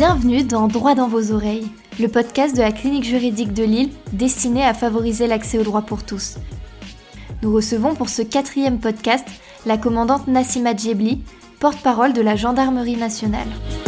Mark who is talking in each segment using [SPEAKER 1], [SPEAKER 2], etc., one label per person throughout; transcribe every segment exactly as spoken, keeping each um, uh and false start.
[SPEAKER 1] Bienvenue dans Droit dans vos oreilles, le podcast de la clinique juridique de Lille destiné à favoriser l'accès au droit pour tous. Nous recevons pour ce quatrième podcast la commandante Nassima Djebli, porte-parole de la Gendarmerie nationale.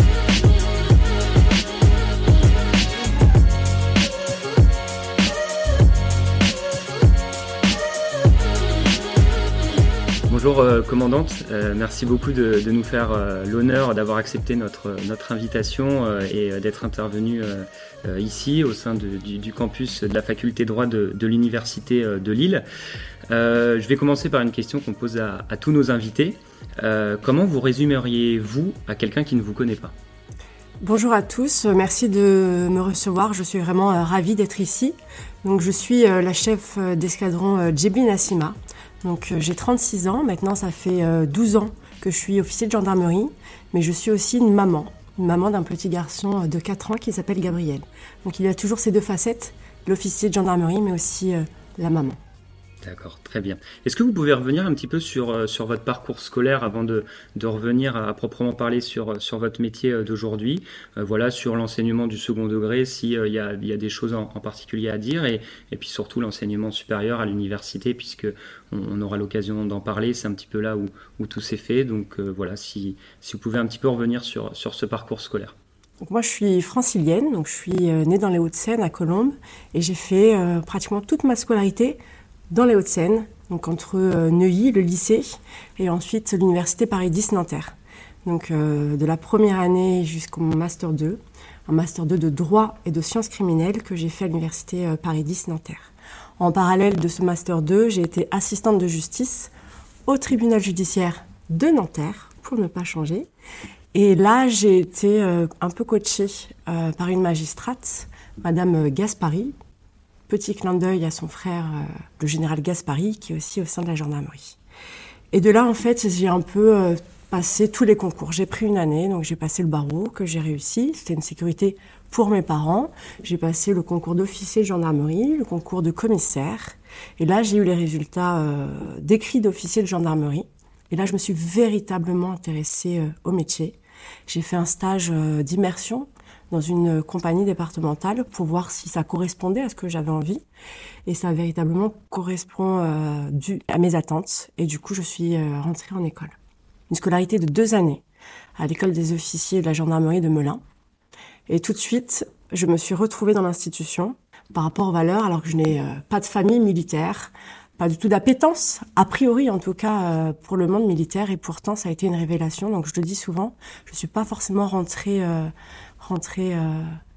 [SPEAKER 2] Bonjour euh, commandante, euh, merci beaucoup de, de nous faire euh, l'honneur d'avoir accepté notre, notre invitation euh, et euh, d'être intervenue euh, euh, ici au sein de, du, du campus de la faculté de droit de, de l'université euh, de Lille. Euh, je vais commencer par une question qu'on pose à, à tous nos invités. Euh, comment vous résumeriez-vous à quelqu'un qui ne vous connaît pas ?
[SPEAKER 3] Bonjour à tous, merci de me recevoir, je suis vraiment euh, ravie d'être ici. Donc, je suis euh, la chef d'escadron euh, Djebli Nassima. Donc, euh, j'ai trente-six ans, maintenant ça fait euh, douze ans que je suis officier de gendarmerie, mais je suis aussi une maman, une maman d'un petit garçon de quatre ans qui s'appelle Gabriel. Donc il y a toujours ces deux facettes, l'officier de gendarmerie, mais aussi euh, la maman.
[SPEAKER 2] D'accord, très bien. Est-ce que vous pouvez revenir un petit peu sur, sur votre parcours scolaire avant de, de revenir à, à proprement parler sur, sur votre métier d'aujourd'hui, euh, voilà, sur l'enseignement du second degré, s'il euh, y, a, y a des choses en, en particulier à dire, et, et puis surtout l'enseignement supérieur à l'université, puisque on, on aura l'occasion d'en parler, c'est un petit peu là où, où tout s'est fait. Donc euh, voilà, si, si vous pouvez un petit peu revenir sur, sur ce parcours scolaire.
[SPEAKER 3] Donc moi, je suis francilienne, donc je suis née dans les Hauts-de-Seine, à Colombes, et j'ai fait euh, pratiquement toute ma scolarité dans les Hauts-de-Seine, donc entre euh, Neuilly, le lycée, et ensuite l'université Paris dix Nanterre. Donc euh, de la première année jusqu'au master deux, un master deux de droit et de sciences criminelles que j'ai fait à l'université euh, Paris dix Nanterre. En parallèle de ce master deux, j'ai été assistante de justice au tribunal judiciaire de Nanterre, pour ne pas changer. Et là, j'ai été euh, un peu coachée euh, par une magistrate, Madame Gaspari. Petit clin d'œil à son frère, euh, le général Gaspari, qui est aussi au sein de la gendarmerie. Et de là, en fait, j'ai un peu euh, passé tous les concours. J'ai pris une année, donc j'ai passé le barreau, que j'ai réussi. C'était une sécurité pour mes parents. J'ai passé le concours d'officier de gendarmerie, le concours de commissaire. Et là, j'ai eu les résultats euh, d'écrit d'officier de gendarmerie. Et là, je me suis véritablement intéressée euh, au métier. J'ai fait un stage euh, d'immersion dans une compagnie départementale pour voir si ça correspondait à ce que j'avais envie. Et ça véritablement correspond euh, du, à mes attentes. Et du coup, je suis euh, rentrée en école. Une scolarité de deux années à l'école des officiers de la gendarmerie de Melun. Et tout de suite, je me suis retrouvée dans l'institution par rapport aux valeurs, alors que je n'ai euh, pas de famille militaire, pas du tout d'appétence, a priori en tout cas euh, pour le monde militaire. Et pourtant, ça a été une révélation. Donc je le dis souvent, je ne suis pas forcément rentrée... Euh, rentrée euh,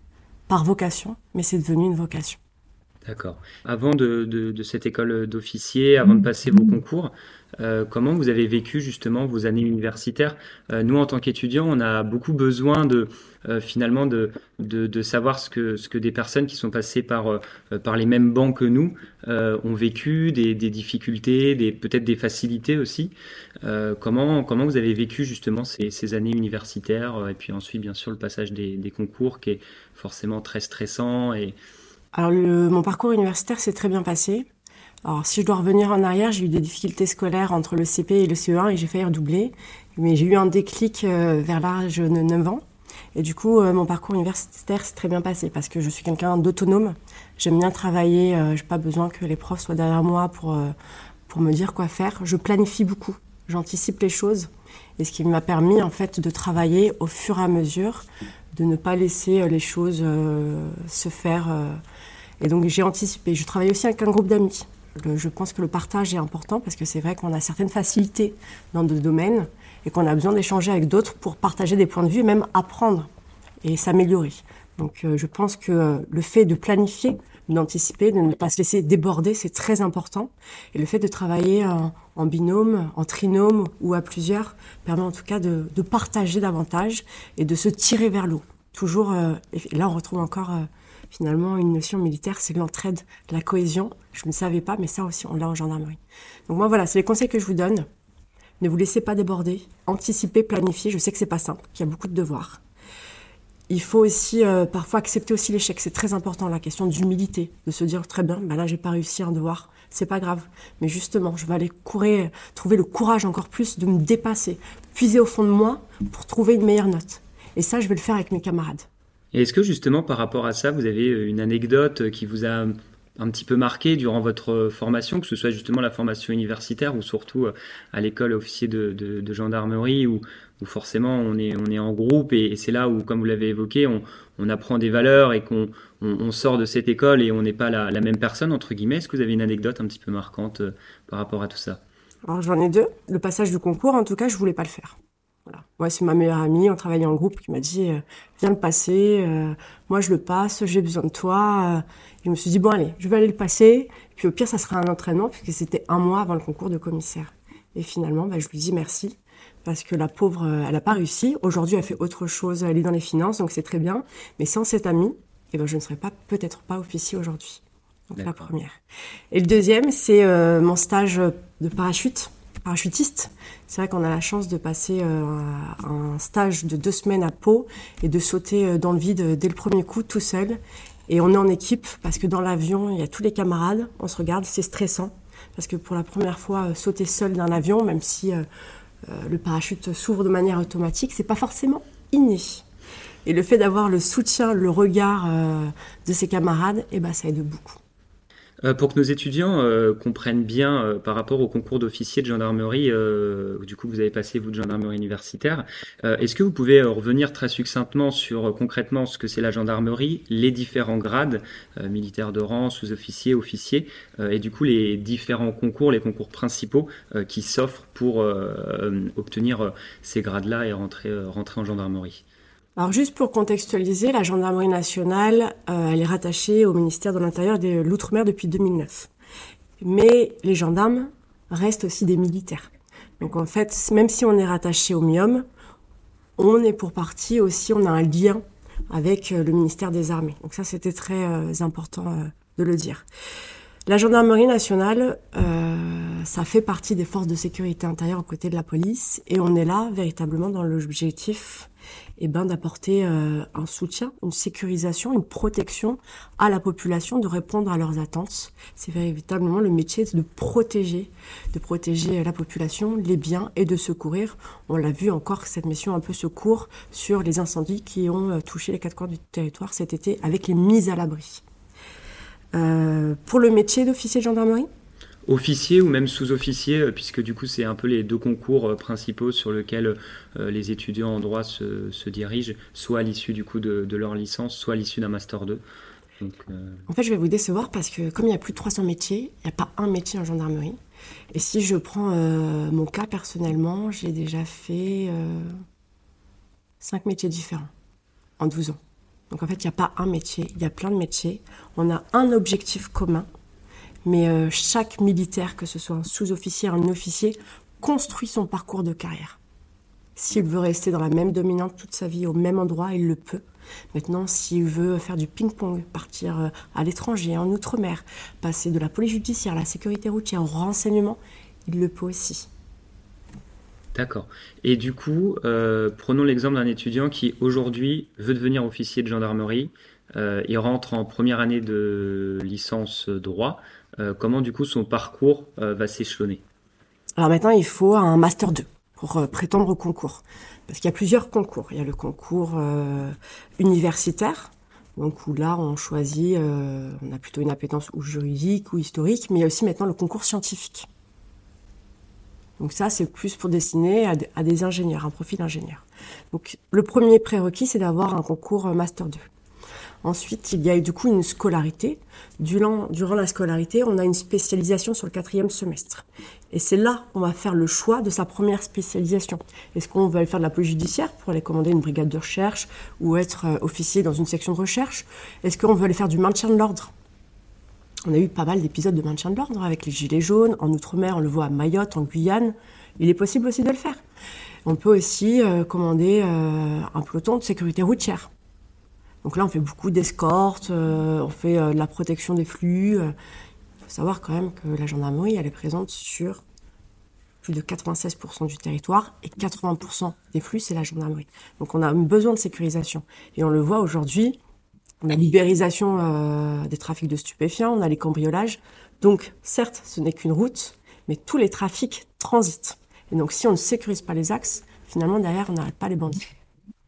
[SPEAKER 3] par vocation, mais c'est devenu une vocation.
[SPEAKER 2] D'accord. Avant de, de, de cette école d'officier, avant de passer vos concours, euh, comment vous avez vécu justement vos années universitaires ? euh, Nous, en tant qu'étudiants, on a beaucoup besoin de euh, finalement de, de, de savoir ce que, ce que des personnes qui sont passées par, euh, par les mêmes bancs que nous euh, ont vécu, des, des difficultés, des, peut-être des facilités aussi. Euh, comment, comment vous avez vécu justement ces, ces années universitaires, et puis ensuite, bien sûr, le passage des, des concours qui est forcément très stressant et...
[SPEAKER 3] Alors, le, mon parcours universitaire s'est très bien passé. Alors, si je dois revenir en arrière, j'ai eu des difficultés scolaires entre le C P et le C E un et j'ai failli redoubler. Mais j'ai eu un déclic euh, vers l'âge de neuf ans. Et du coup, euh, mon parcours universitaire s'est très bien passé parce que je suis quelqu'un d'autonome. J'aime bien travailler. Euh, je n'ai pas besoin que les profs soient derrière moi pour, euh, pour me dire quoi faire. Je planifie beaucoup. J'anticipe les choses. Et ce qui m'a permis, en fait, de travailler au fur et à mesure, de ne pas laisser les choses euh, se faire. Euh, et donc, j'ai anticipé. Je travaille aussi avec un groupe d'amis. Le, je pense que le partage est important parce que c'est vrai qu'on a certaines facilités dans d'autres domaines et qu'on a besoin d'échanger avec d'autres pour partager des points de vue et même apprendre et s'améliorer. Donc, euh, je pense que euh, le fait de planifier, d'anticiper, de ne pas se laisser déborder, c'est très important. Et le fait de travailler en, en binôme, en trinôme ou à plusieurs permet en tout cas de, de partager davantage et de se tirer vers l'eau. Toujours, euh, et là on retrouve encore euh, finalement une notion militaire, c'est l'entraide, la cohésion. Je ne savais pas, mais ça aussi on l'a en gendarmerie. Donc moi voilà, c'est les conseils que je vous donne. Ne vous laissez pas déborder, anticipez, planifiez. Je sais que c'est pas simple, qu'il y a beaucoup de devoirs. Il faut aussi euh, parfois accepter aussi l'échec. C'est très important, la question d'humilité, de se dire très bien, bah là j'ai pas réussi un devoir, c'est pas grave. Mais justement, je vais aller courir, trouver le courage encore plus de me dépasser, puiser au fond de moi pour trouver une meilleure note. Et ça, je vais le faire avec mes camarades.
[SPEAKER 2] Et est-ce que justement par rapport à ça, vous avez une anecdote qui vous a un petit peu marqué durant votre formation, que ce soit justement la formation universitaire ou surtout à l'école officier de, de, de gendarmerie où, où forcément on est, on est en groupe et, et c'est là où, comme vous l'avez évoqué, on, on apprend des valeurs et qu'on on, on sort de cette école et on n'est pas la, la même personne, entre guillemets. Est-ce que vous avez une anecdote un petit peu marquante euh, par rapport à tout ça?
[SPEAKER 3] Alors j'en ai deux. Le passage du concours, en tout cas, je voulais pas le faire. Voilà. Moi, c'est ma meilleure amie, on travaillait en groupe, qui m'a dit euh, « Viens le passer, euh, moi je le passe, j'ai besoin de toi. » Et je me suis dit « Bon allez, je vais aller le passer, puis au pire, ça sera un entraînement, puisque c'était un mois avant le concours de commissaire. » Et finalement, bah, je lui dis merci, parce que la pauvre, euh, elle n'a pas réussi. Aujourd'hui, elle fait autre chose, elle est dans les finances, donc c'est très bien. Mais sans cette amie, eh ben, je ne serais pas, peut-être pas officier aujourd'hui. Donc la première. Et le deuxième, c'est euh, mon stage de parachute. Parachutiste. C'est vrai qu'on a la chance de passer euh, un stage de deux semaines à Pau et de sauter dans le vide dès le premier coup, tout seul. Et on est en équipe parce que dans l'avion, il y a tous les camarades. On se regarde, c'est stressant. Parce que pour la première fois, sauter seul d'un avion, même si euh, euh, le parachute s'ouvre de manière automatique, c'est pas forcément inné. Et le fait d'avoir le soutien, le regard euh, de ses camarades, eh ben, ça aide beaucoup.
[SPEAKER 2] Euh, pour que nos étudiants euh, comprennent bien euh, par rapport au concours d'officier de gendarmerie, euh, du coup vous avez passé vous de gendarmerie universitaire, euh, est-ce que vous pouvez euh, revenir très succinctement sur euh, concrètement ce que c'est la gendarmerie, les différents grades, euh, militaires de rang, sous-officiers, officiers, euh, et du coup les différents concours, les concours principaux euh, qui s'offrent pour euh, euh, obtenir euh, ces grades-là et rentrer, euh, rentrer en gendarmerie?
[SPEAKER 3] Alors juste pour contextualiser, la gendarmerie nationale, euh, elle est rattachée au ministère de l'Intérieur et de l'Outre-mer depuis deux mille neuf. Mais les gendarmes restent aussi des militaires. Donc en fait, même si on est rattaché au M I O M, on est pour partie aussi, on a un lien avec le ministère des Armées. Donc ça, c'était très euh, important euh, de le dire. La gendarmerie nationale, euh, ça fait partie des forces de sécurité intérieure aux côtés de la police et on est là véritablement dans l'objectif eh ben, d'apporter euh, un soutien, une sécurisation, une protection à la population, de répondre à leurs attentes. C'est véritablement le métier de protéger, de protéger la population, les biens et de secourir. On l'a vu encore, cette mission un peu secours sur les incendies qui ont euh, touché les quatre coins du territoire cet été avec les mises à l'abri. Euh, pour le métier d'officier de gendarmerie ?
[SPEAKER 2] Officier ou même sous-officier, puisque du coup c'est un peu les deux concours principaux sur lesquels euh, les étudiants en droit se, se dirigent, soit à l'issue du coup de, de leur licence, soit à l'issue d'un master deux. Donc, euh...
[SPEAKER 3] En fait, je vais vous décevoir parce que comme il y a plus de trois cents métiers, il n'y a pas un métier en gendarmerie. Et si je prends euh, mon cas personnellement, j'ai déjà fait euh, cinq métiers différents en douze ans. Donc en fait, il n'y a pas un métier, il y a plein de métiers. On a un objectif commun. Mais euh, chaque militaire, que ce soit un sous-officier, un officier, construit son parcours de carrière. S'il veut rester dans la même dominante toute sa vie, au même endroit, il le peut. Maintenant, s'il veut faire du ping-pong, partir euh, à l'étranger, en outre-mer, passer de la police judiciaire, la sécurité routière, au renseignement, il le peut aussi.
[SPEAKER 2] D'accord. Et du coup, euh, prenons l'exemple d'un étudiant qui, aujourd'hui, veut devenir officier de gendarmerie. Euh, il rentre en première année de licence droit. Euh, comment du coup son parcours euh, va s'échelonner?
[SPEAKER 3] Alors maintenant, il faut un master deux pour euh, prétendre au concours. Parce qu'il y a plusieurs concours. Il y a le concours euh, universitaire, donc où là on choisit, euh, on a plutôt une appétence ou juridique ou historique, mais il y a aussi maintenant le concours scientifique. Donc ça, c'est plus pour destiner à, à des ingénieurs, un profil ingénieur. Donc le premier prérequis, c'est d'avoir un concours master deux. Ensuite, il y a du coup une scolarité. Durant, durant la scolarité, on a une spécialisation sur le quatrième semestre. Et c'est là qu'on va faire le choix de sa première spécialisation. Est-ce qu'on va aller faire de la police judiciaire pour aller commander une brigade de recherche ou être euh, officier dans une section de recherche? Est-ce qu'on veut aller faire du maintien de l'ordre? On a eu pas mal d'épisodes de maintien de l'ordre avec les gilets jaunes. En Outre-mer, on le voit à Mayotte, en Guyane. Il est possible aussi de le faire. On peut aussi euh, commander euh, un peloton de sécurité routière. Donc là, on fait beaucoup d'escortes, euh, on fait euh, de la protection des flux. Il faut savoir quand même que la gendarmerie, elle est présente sur plus de quatre-vingt-seize pour cent du territoire et quatre-vingts pour cent des flux, c'est la gendarmerie. Donc on a besoin de sécurisation. Et on le voit aujourd'hui, on a libérisation euh, des trafics de stupéfiants, on a les cambriolages. Donc certes, ce n'est qu'une route, mais tous les trafics transitent. Et donc si on ne sécurise pas les axes, finalement derrière, on n'arrête pas les bandits.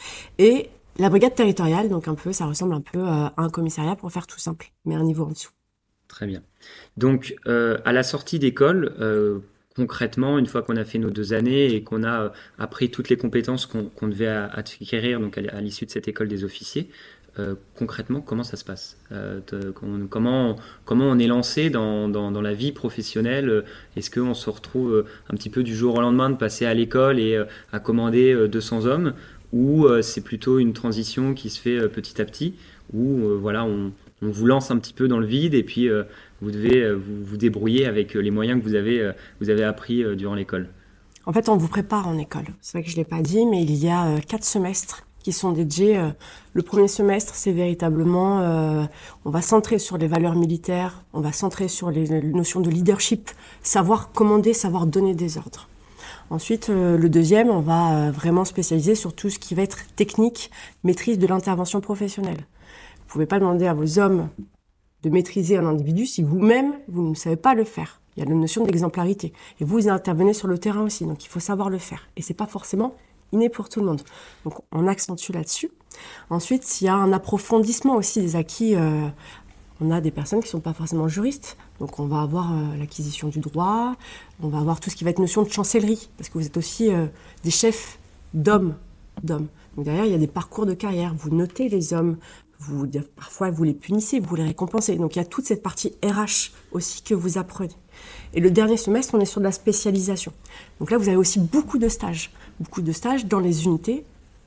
[SPEAKER 3] Et la brigade territoriale, donc un peu, ça ressemble un peu à un commissariat pour faire tout simple, mais un niveau en dessous.
[SPEAKER 2] Très bien. Donc, euh, à la sortie d'école, euh, concrètement, une fois qu'on a fait nos deux années et qu'on a euh, appris toutes les compétences qu'on qu'on devait a- acquérir donc à, l- à l'issue de cette école des officiers, euh, concrètement, comment ça se passe? Euh, te- qu'on- comment, comment on est lancé dans, dans, dans la vie professionnelle? euh, Est-ce qu'on se retrouve euh, un petit peu du jour au lendemain de passer à l'école et euh, à commander euh, deux cents hommes? Ou euh, c'est plutôt une transition qui se fait euh, petit à petit? Ou euh, voilà, on, on vous lance un petit peu dans le vide et puis euh, vous devez euh, vous, vous débrouiller avec euh, les moyens que vous avez, euh, vous avez appris euh, durant l'école.
[SPEAKER 3] En fait, on vous prépare en école. C'est vrai que je l'ai pas dit, mais il y a euh, quatre semestres qui sont dédiés. euh, le premier semestre, c'est véritablement, euh, on va centrer sur les valeurs militaires, on va centrer sur les notions de leadership, savoir commander, savoir donner des ordres. Ensuite, euh, le deuxième, on va euh, vraiment spécialiser sur tout ce qui va être technique, maîtrise de l'intervention professionnelle. Vous pouvez pas demander à vos hommes de maîtriser un individu si vous-même, vous ne savez pas le faire. Il y a la notion d'exemplarité. Et vous, vous intervenez sur le terrain aussi, donc il faut savoir le faire. Et c'est pas forcément inné pour tout le monde. Donc on accentue là-dessus. Ensuite, il y a un approfondissement aussi des acquis. Euh, on a des personnes qui sont pas forcément juristes, donc on va avoir euh, l'acquisition du droit, on va avoir tout ce qui va être notion de chancellerie, parce que vous êtes aussi euh, des chefs d'hommes, d'hommes. Donc derrière, il y a des parcours de carrière. Vous notez les hommes, vous, parfois vous les punissez, vous les récompensez. Donc il y a toute cette partie R H aussi que vous apprenez. Et le dernier semestre, on est sur de la spécialisation. Donc là, vous avez aussi beaucoup de stages. Beaucoup de stages dans les unités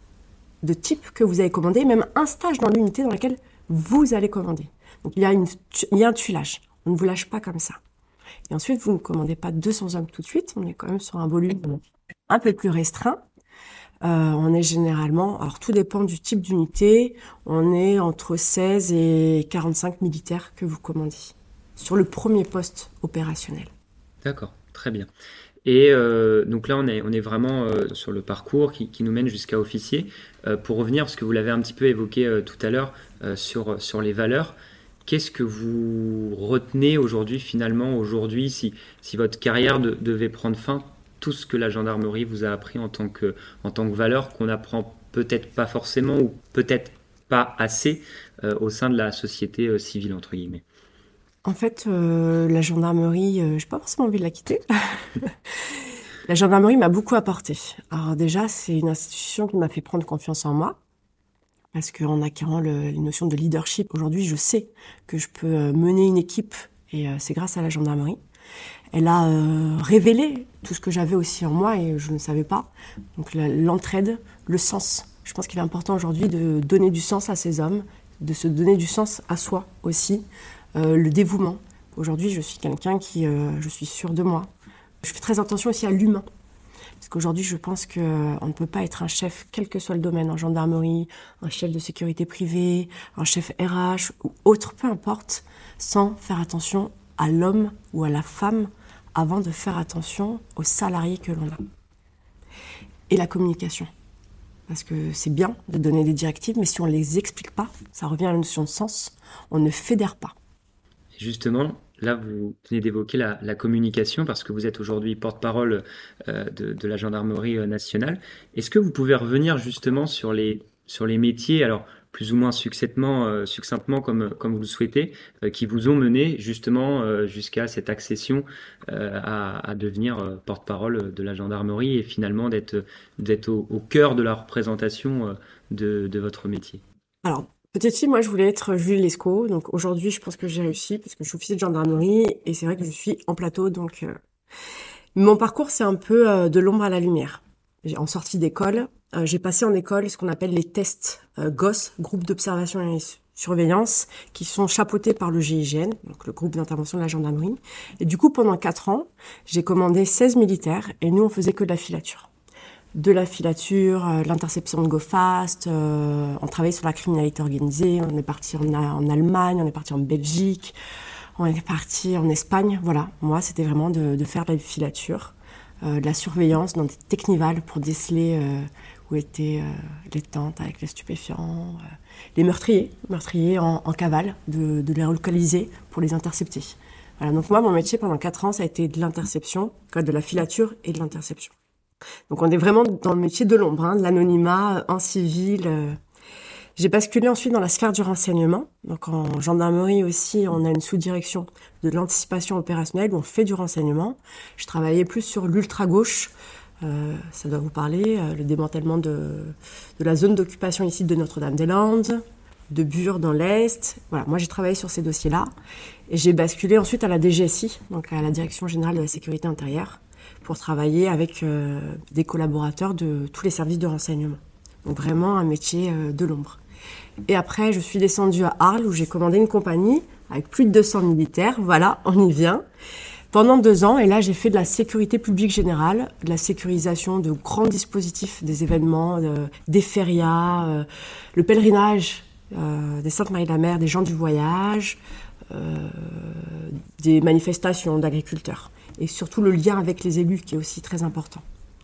[SPEAKER 3] de type que vous avez commandé, même un stage dans l'unité dans laquelle vous allez commander. Donc il y a, une, il y a un tuilage. On ne vous lâche pas comme ça. Et ensuite, vous ne commandez pas deux cents hommes tout de suite. On est quand même sur un volume un peu plus restreint. Euh, on est généralement, alors tout dépend du type d'unité, on est entre seize et quarante-cinq militaires que vous commandez sur le premier poste opérationnel.
[SPEAKER 2] D'accord, très bien. Et euh, donc là, on est, on est vraiment euh, sur le parcours qui, qui nous mène jusqu'à officier. Euh, pour revenir, parce que vous l'avez un petit peu évoqué euh, tout à l'heure, euh, sur, sur les valeurs, qu'est-ce que vous retenez aujourd'hui, finalement, aujourd'hui, si, si votre carrière de- devait prendre fin, tout ce que la gendarmerie vous a appris en tant que, en tant que valeur, qu'on apprend peut-être pas forcément ou peut-être pas assez euh, au sein de la société euh, civile, entre guillemets.
[SPEAKER 3] En fait, euh, la gendarmerie, euh, j'ai pas forcément envie de la quitter. La gendarmerie m'a beaucoup apporté. Alors déjà, c'est une institution qui m'a fait prendre confiance en moi. Parce qu'en acquérant le, les notions de leadership, aujourd'hui, je sais que je peux euh, mener une équipe et euh, c'est grâce à la gendarmerie. Elle a euh, révélé tout ce que j'avais aussi en moi et je ne savais pas. Donc la- l'entraide, le sens. Je pense qu'il est important aujourd'hui de donner du sens à ces hommes, de se donner du sens à soi aussi, euh, le dévouement. Aujourd'hui, je suis quelqu'un qui, euh, je suis sûre de moi. Je fais très attention aussi à l'humain. Parce qu'aujourd'hui, je pense qu'on ne peut pas être un chef, quel que soit le domaine, en gendarmerie, un chef de sécurité privée, un chef R H ou autre, peu importe, sans faire attention à l'homme ou à la femme avant de faire attention aux salariés que l'on a. Et la communication. Parce que c'est bien de donner des directives, mais si on ne les explique pas, ça revient à la notion de sens, on ne fédère pas.
[SPEAKER 2] Et justement, là, vous venez d'évoquer la, la communication parce que vous êtes aujourd'hui porte-parole euh, de, de la gendarmerie euh, nationale. Est-ce que vous pouvez revenir justement sur les, sur les métiers, alors plus ou moins succinctement, euh, succinctement comme, comme vous le souhaitez, euh, qui vous ont mené justement euh, jusqu'à cette accession euh, à, à devenir euh, porte-parole de la gendarmerie et finalement d'être, d'être au, au cœur de la représentation euh, de, de votre métier?
[SPEAKER 3] Alors, petite fille, moi, je voulais être Julie Lescaut. Donc aujourd'hui, je pense que j'ai réussi parce que je suis officier de gendarmerie et c'est vrai que je suis en plateau. Donc, euh, mon parcours, c'est un peu euh, de l'ombre à la lumière. J'ai- En sortie d'école, euh, j'ai passé en école ce qu'on appelle les tests euh, G O S, groupe d'observation et surveillance, qui sont chapeautés par le G I G N, donc le groupe d'intervention de la gendarmerie. Et du coup, pendant quatre ans, j'ai commandé seize militaires et nous, on faisait que de la filature. De la filature, euh, l'interception de go fast, euh, on travaillait sur la criminalité organisée, on est parti en, A- en Allemagne, on est parti en Belgique, on est parti en Espagne. Voilà, moi c'était vraiment de, de faire de la filature, euh, de la surveillance dans des technivals pour déceler euh, où étaient euh, les tentes avec les stupéfiants, euh, les meurtriers, meurtriers en, en cavale, de, de les relocaliser pour les intercepter. Voilà, donc moi mon métier pendant quatre ans ça a été de l'interception, quoi, de la filature et de l'interception. Donc on est vraiment dans le métier de l'ombre, hein, de l'anonymat en civil. euh. J'ai basculé ensuite dans la sphère du renseignement. Donc en gendarmerie aussi, on a une sous-direction de l'anticipation opérationnelle où on fait du renseignement. Je travaillais plus sur l'ultra-gauche, euh, ça doit vous parler, euh, le démantèlement de, de la zone d'occupation ici de Notre-Dame-des-Landes, de Bure dans l'Est. Voilà, moi j'ai travaillé sur ces dossiers-là. Et j'ai basculé ensuite à la D G S I, donc à la Direction Générale de la Sécurité Intérieure, pour travailler avec euh, des collaborateurs de tous les services de renseignement. Donc vraiment un métier euh, de l'ombre. Et après, je suis descendue à Arles où j'ai commandé une compagnie avec plus de deux cents militaires. Voilà, on y vient. Pendant deux ans, et là, j'ai fait de la sécurité publique générale, de la sécurisation de grands dispositifs, des événements, de, des férias, euh, le pèlerinage euh, des Saintes-Maries-de-la-Mer, des gens du voyage, euh, des manifestations d'agriculteurs. Et surtout le lien avec les élus qui est aussi très important.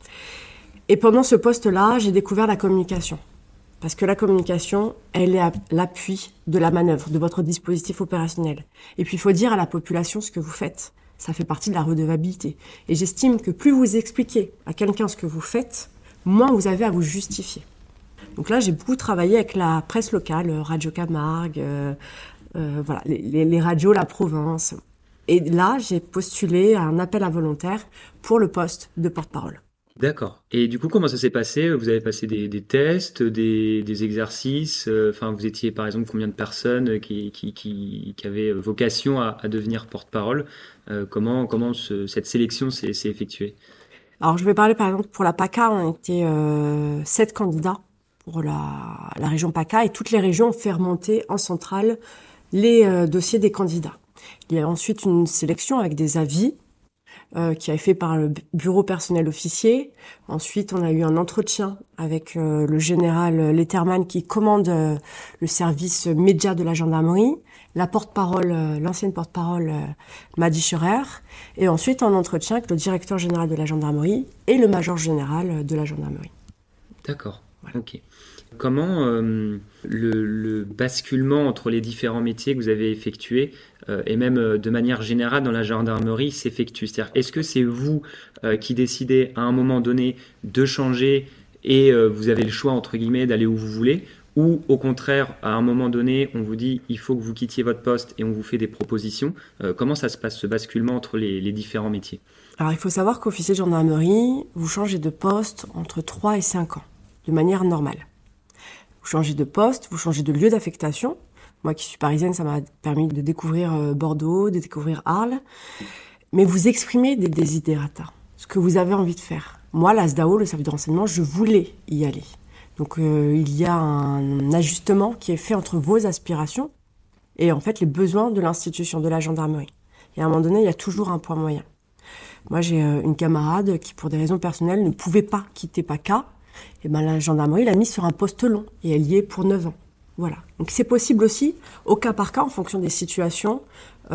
[SPEAKER 3] Et pendant ce poste-là, j'ai découvert la communication. Parce que la communication, elle est à l'appui de la manœuvre, de votre dispositif opérationnel. Et puis il faut dire à la population ce que vous faites. Ça fait partie de la redevabilité. Et j'estime que plus vous expliquez à quelqu'un ce que vous faites, moins vous avez à vous justifier. Donc là, j'ai beaucoup travaillé avec la presse locale, Radio Camargue, euh, euh, voilà, les, les, les radios, la province. Et là, j'ai postulé à un appel à volontaires pour le poste de porte-parole.
[SPEAKER 2] D'accord. Et du coup, comment ça s'est passé? Vous avez passé des, des tests, des, des exercices. euh, Enfin, vous étiez par exemple combien de personnes qui, qui, qui, qui avaient vocation à, à devenir porte-parole? Euh, comment comment ce- cette sélection s'est s'est effectuée?
[SPEAKER 3] Alors, je vais parler par exemple pour la PACA, on était euh, sept candidats pour la, la région PACA et toutes les régions ont fait remonter en centrale les euh, dossiers des candidats. Il y a ensuite une sélection avec des avis euh, qui est fait par le bureau personnel officier. Ensuite, on a eu un entretien avec euh, le général Letterman qui commande euh, le service média de la gendarmerie, la porte-parole, euh, l'ancienne porte-parole euh, Madi Scherer, et ensuite un entretien avec le directeur général de la gendarmerie et le major général de la gendarmerie.
[SPEAKER 2] D'accord.
[SPEAKER 3] Voilà.
[SPEAKER 2] Ok. Comment euh, le, le basculement entre les différents métiers que vous avez effectués euh, et même euh, de manière générale dans la gendarmerie s'effectue? C'est-à-dire, est-ce que c'est vous euh, qui décidez à un moment donné de changer et euh, vous avez le choix entre guillemets d'aller où vous voulez, ou au contraire, à un moment donné, on vous dit il faut que vous quittiez votre poste et on vous fait des propositions? Euh, comment ça se passe ce basculement entre les, les différents métiers?
[SPEAKER 3] Alors, il faut savoir qu'officier de gendarmerie, vous changez de poste entre trois et cinq ans, de manière normale. Vous changez de poste, vous changez de lieu d'affectation. Moi qui suis parisienne, ça m'a permis de découvrir euh, Bordeaux, de découvrir Arles. Mais vous exprimez des desiderata, ce que vous avez envie de faire. Moi, la S D A O, le service de renseignement, je voulais y aller. Donc euh, il y a un ajustement qui est fait entre vos aspirations et en fait les besoins de l'institution, de la gendarmerie. Et à un moment donné, il y a toujours un point moyen. Moi, j'ai euh, une camarade qui, pour des raisons personnelles, ne pouvait pas quitter PACA. Et ben la gendarmerie l'a mise sur un poste long et elle y est pour neuf ans. Voilà. Donc c'est possible aussi, au cas par cas, en fonction des situations,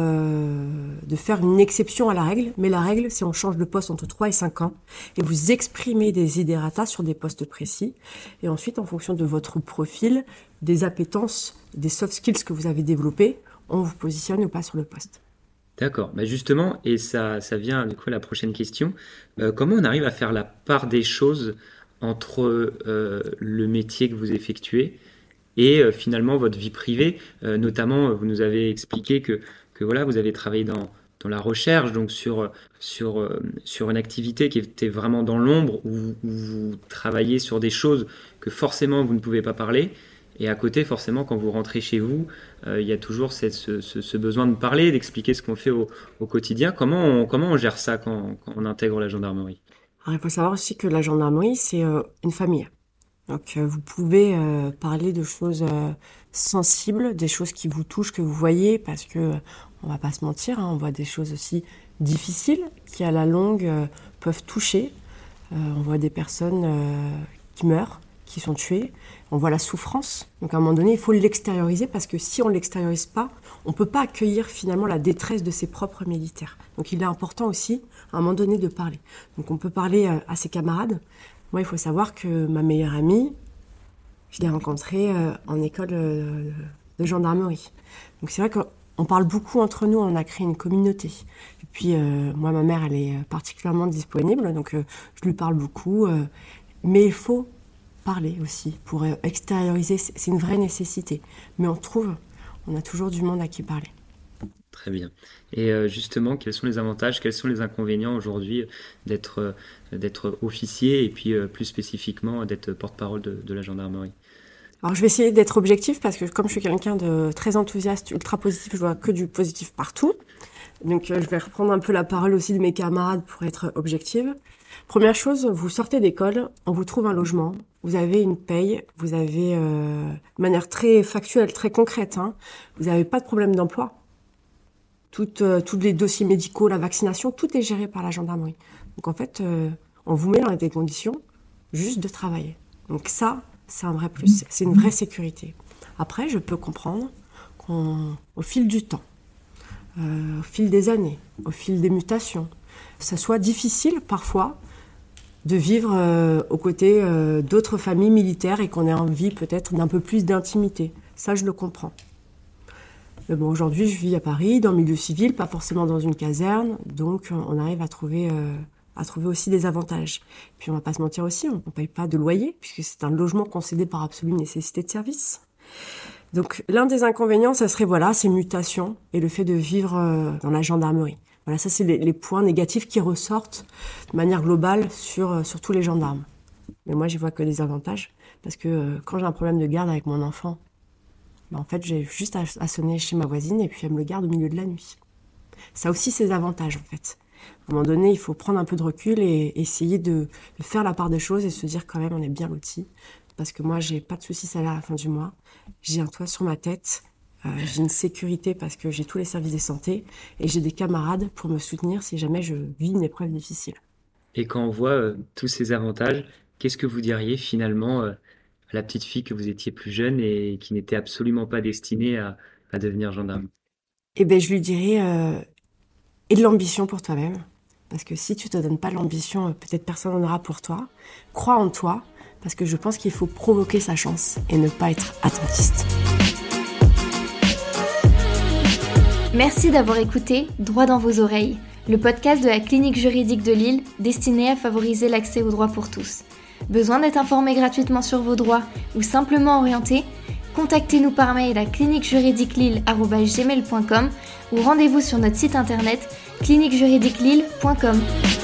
[SPEAKER 3] euh, de faire une exception à la règle. Mais la règle, c'est on change de poste entre trois et cinq ans et vous exprimez des desiderata sur des postes précis. Et ensuite, en fonction de votre profil, des appétences, des soft skills que vous avez développés, on vous positionne ou pas sur le poste.
[SPEAKER 2] D'accord. Bah justement, et ça, ça vient du coup à la prochaine question. Euh, comment on arrive à faire la part des choses entre euh, le métier que vous effectuez et euh, finalement votre vie privée? Euh, notamment, euh, vous nous avez expliqué que, que voilà, vous avez travaillé dans, dans la recherche, donc sur, sur, euh, sur une activité qui était vraiment dans l'ombre, où, vous- où vous travaillez sur des choses que forcément vous ne pouvez pas parler. Et à côté, forcément, quand vous rentrez chez vous, euh, il y a toujours cette- ce, ce- ce besoin de parler, d'expliquer ce qu'on fait au, au quotidien. Comment on, comment on gère ça quand, quand on intègre la gendarmerie?
[SPEAKER 3] Alors, il faut savoir aussi que la gendarmerie, c'est euh, une famille. Donc, euh, vous pouvez euh, parler de choses euh, sensibles, des choses qui vous touchent, que vous voyez, parce que, euh, on va pas se mentir, hein, on voit des choses aussi difficiles qui, à la longue, euh, peuvent toucher. Euh, on voit des personnes euh, qui meurent, qui sont tuées. On voit la souffrance. Donc, à un moment donné, il faut l'extérioriser, parce que si on l'extériorise pas, on peut pas accueillir finalement la détresse de ses propres militaires. Donc, il est important aussi, à un moment donné, de parler. Donc, on peut parler euh, à ses camarades. Moi, il faut savoir que ma meilleure amie, je l'ai rencontrée euh, en école euh, de gendarmerie. Donc c'est vrai que on parle beaucoup entre nous, on a créé une communauté. Et puis, euh, moi, ma mère, elle est particulièrement disponible, donc euh, je lui parle beaucoup. Euh, mais il faut parler aussi pour euh, extérioriser, c'est une vraie nécessité. Mais on trouve, on a toujours du monde à qui parler.
[SPEAKER 2] Très bien. Et euh, justement, quels sont les avantages, quels sont les inconvénients aujourd'hui d'être euh, d'être officier et puis euh, plus spécifiquement d'être porte-parole de, de la gendarmerie?
[SPEAKER 3] Alors je vais essayer d'être objectif parce que comme je suis quelqu'un de très enthousiaste, ultra positif, je vois que du positif partout. Donc euh, je vais reprendre un peu la parole aussi de mes camarades pour être objective. Première chose, vous sortez d'école, on vous trouve un logement, vous avez une paye, vous avez, euh, de manière très factuelle, très concrète, hein, vous n'avez pas de problème d'emploi. Tout, euh, tous les dossiers médicaux, la vaccination, tout est géré par la gendarmerie. Donc en fait, euh, on vous met dans des conditions juste de travailler. Donc ça, c'est un vrai plus, c'est une vraie sécurité. Après, je peux comprendre qu'au fil du temps, euh, au fil des années, au fil des mutations, ça soit difficile parfois de vivre euh, aux côtés euh, d'autres familles militaires et qu'on ait envie peut-être d'un peu plus d'intimité. Ça, je le comprends. Mais bon, aujourd'hui, je vis à Paris, dans le milieu civil, pas forcément dans une caserne, donc on arrive à trouver, euh, à trouver aussi des avantages. Puis on va pas se mentir aussi, on ne paye pas de loyer, puisque c'est un logement concédé par absolue nécessité de service. Donc l'un des inconvénients, ça serait voilà, ces mutations et le fait de vivre euh, dans la gendarmerie. Voilà, ça c'est les, les points négatifs qui ressortent de manière globale sur, euh, sur tous les gendarmes. Mais moi, j'y vois que des avantages, parce que euh, quand j'ai un problème de garde avec mon enfant, ben, en fait, j'ai juste à, à sonner chez ma voisine et puis elle me le garde au milieu de la nuit. Ça a aussi ses avantages, en fait. À un moment donné, il faut prendre un peu de recul et essayer de, de faire la part des choses et se dire quand même, on est bien lotis. Parce que moi, j'ai pas de soucis salaire à la fin du mois. J'ai un toit sur ma tête. Euh, j'ai une sécurité parce que j'ai tous les services de santé. Et j'ai des camarades pour me soutenir si jamais je vis une épreuve difficile.
[SPEAKER 2] Et quand on voit euh, tous ces avantages, qu'est-ce que vous diriez finalement euh, à la petite fille que vous étiez plus jeune et qui n'était absolument pas destinée à, à devenir gendarme?
[SPEAKER 3] Eh bien, je lui dirais, euh, aie de l'ambition pour toi-même. Parce que si tu te donnes pas l'ambition, peut-être personne n'en aura pour toi. Crois en toi, parce que je pense qu'il faut provoquer sa chance et ne pas être attentiste.
[SPEAKER 1] Merci d'avoir écouté Droit dans vos oreilles, le podcast de la clinique juridique de Lille destiné à favoriser l'accès aux droits pour tous. Besoin d'être informé gratuitement sur vos droits ou simplement orienté? Contactez-nous par mail à clinique juridique lille arobase gmail point com ou rendez-vous sur notre site internet clinique juridique lille point com.